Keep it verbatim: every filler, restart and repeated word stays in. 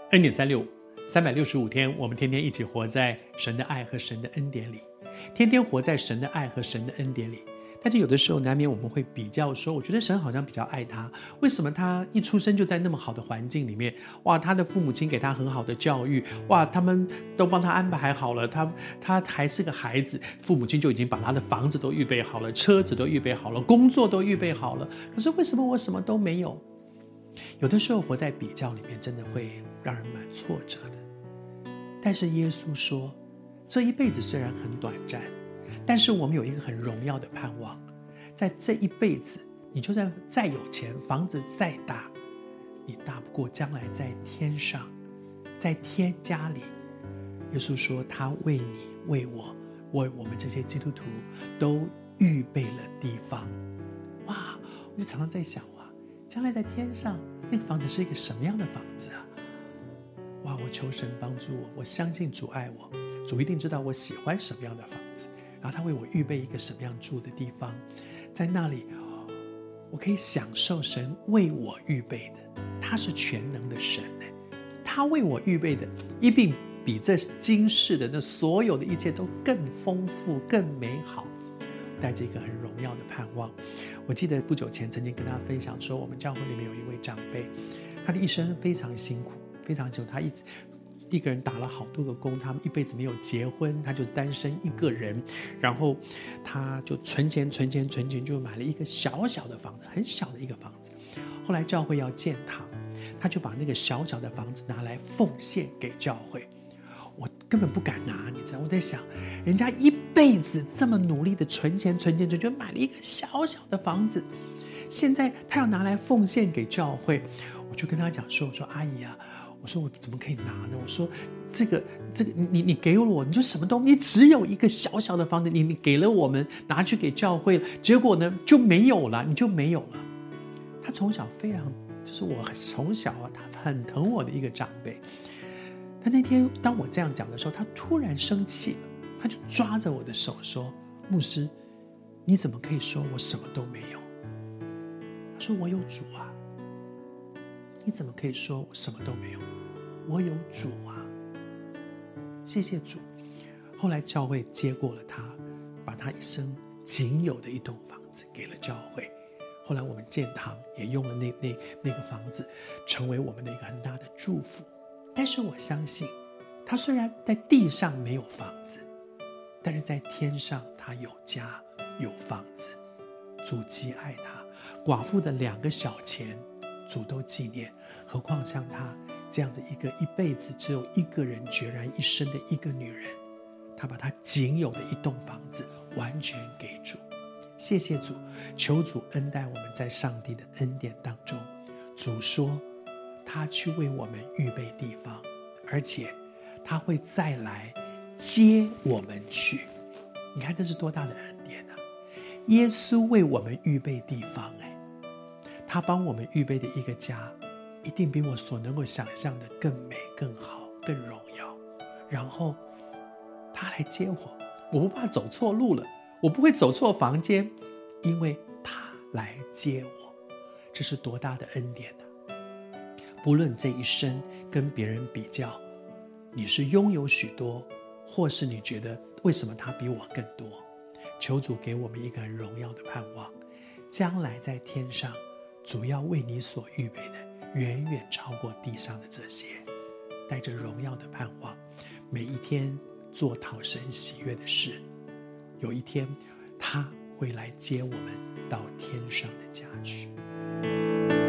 恩典三六五，三百六十五天，我们天天一起活在神的爱和神的恩典里，天天活在神的爱和神的恩典里。但是有的时候难免我们会比较说，我觉得神好像比较爱他，为什么他一出生就在那么好的环境里面？哇，他的父母亲给他很好的教育，哇，他们都帮他安排好了，他他还是个孩子，父母亲就已经把他的房子都预备好了，车子都预备好了，工作都预备好了。可是为什么我什么都没有？有的时候活在比较里面，真的会让人蛮挫折的。但是耶稣说，这一辈子虽然很短暂，但是我们有一个很荣耀的盼望，在这一辈子，你就算再有钱，房子再大，你大不过将来在天上，在天家里。耶稣说，他为你、为我、为我们这些基督徒都预备了地方。哇！我就常常在想，哇，将来在天上那个房子是一个什么样的房子啊？哇！我求神帮助我，我相信主爱我，主一定知道我喜欢什么样的房子。然后他为我预备一个什么样住的地方，在那里我可以享受神为我预备的。他是全能的神，他为我预备的一定比这今世的那所有的一切都更丰富更美好，带着一个很荣耀的盼望。我记得不久前曾经跟大家分享说，我们教会里面有一位长辈，他的一生非常辛苦非常辛苦，他一直一个人打了好多个工，他们一辈子没有结婚，他就单身一个人，然后他就存钱存钱存钱，就买了一个小小的房子，很小的一个房子。后来教会要建堂，他就把那个小小的房子拿来奉献给教会。我根本不敢拿，你知道，我在想，人家一辈子这么努力的存钱存钱存钱，就买了一个小小的房子，现在他要拿来奉献给教会。我就跟他讲说，我说阿姨啊，我说我怎么可以拿呢？我说这个这个你你给我，你就什么都，你只有一个小小的房子，你你给了我们，拿去给教会了，结果呢就没有了，你就没有了。他从小非常，就是我从小啊，他很疼我的一个长辈。但那天当我这样讲的时候，他突然生气了，他就抓着我的手说：“牧师，你怎么可以说我什么都没有？”他说：“我有主啊。”你怎么可以说我什么都没有？我有主啊！谢谢主。后来教会接过了他，把他一生仅有的一栋房子给了教会。后来我们建堂也用了那那那个房子，成为我们的一个很大的祝福。但是我相信，他虽然在地上没有房子，但是在天上他有家有房子。主极爱他，寡妇的两个小钱，主都纪念，何况像她这样子一个一辈子只有一个人孑然一身的一个女人，她把她仅有的一栋房子完全给主。谢谢主，求主恩待我们在上帝的恩典当中。主说他去为我们预备地方，而且他会再来接我们去。你看这是多大的恩典啊！耶稣为我们预备地方，哎，他帮我们预备的一个家，一定比我所能够想象的更美、更好、更荣耀。然后他来接我，我不怕走错路了，我不会走错房间，因为他来接我。这是多大的恩典啊！不论这一生跟别人比较，你是拥有许多，或是你觉得为什么他比我更多，求主给我们一个很荣耀的盼望，将来在天上，主要为你所预备的远远超过地上的这些。带着荣耀的盼望，每一天做讨神喜悦的事，有一天他会来接我们到天上的家去。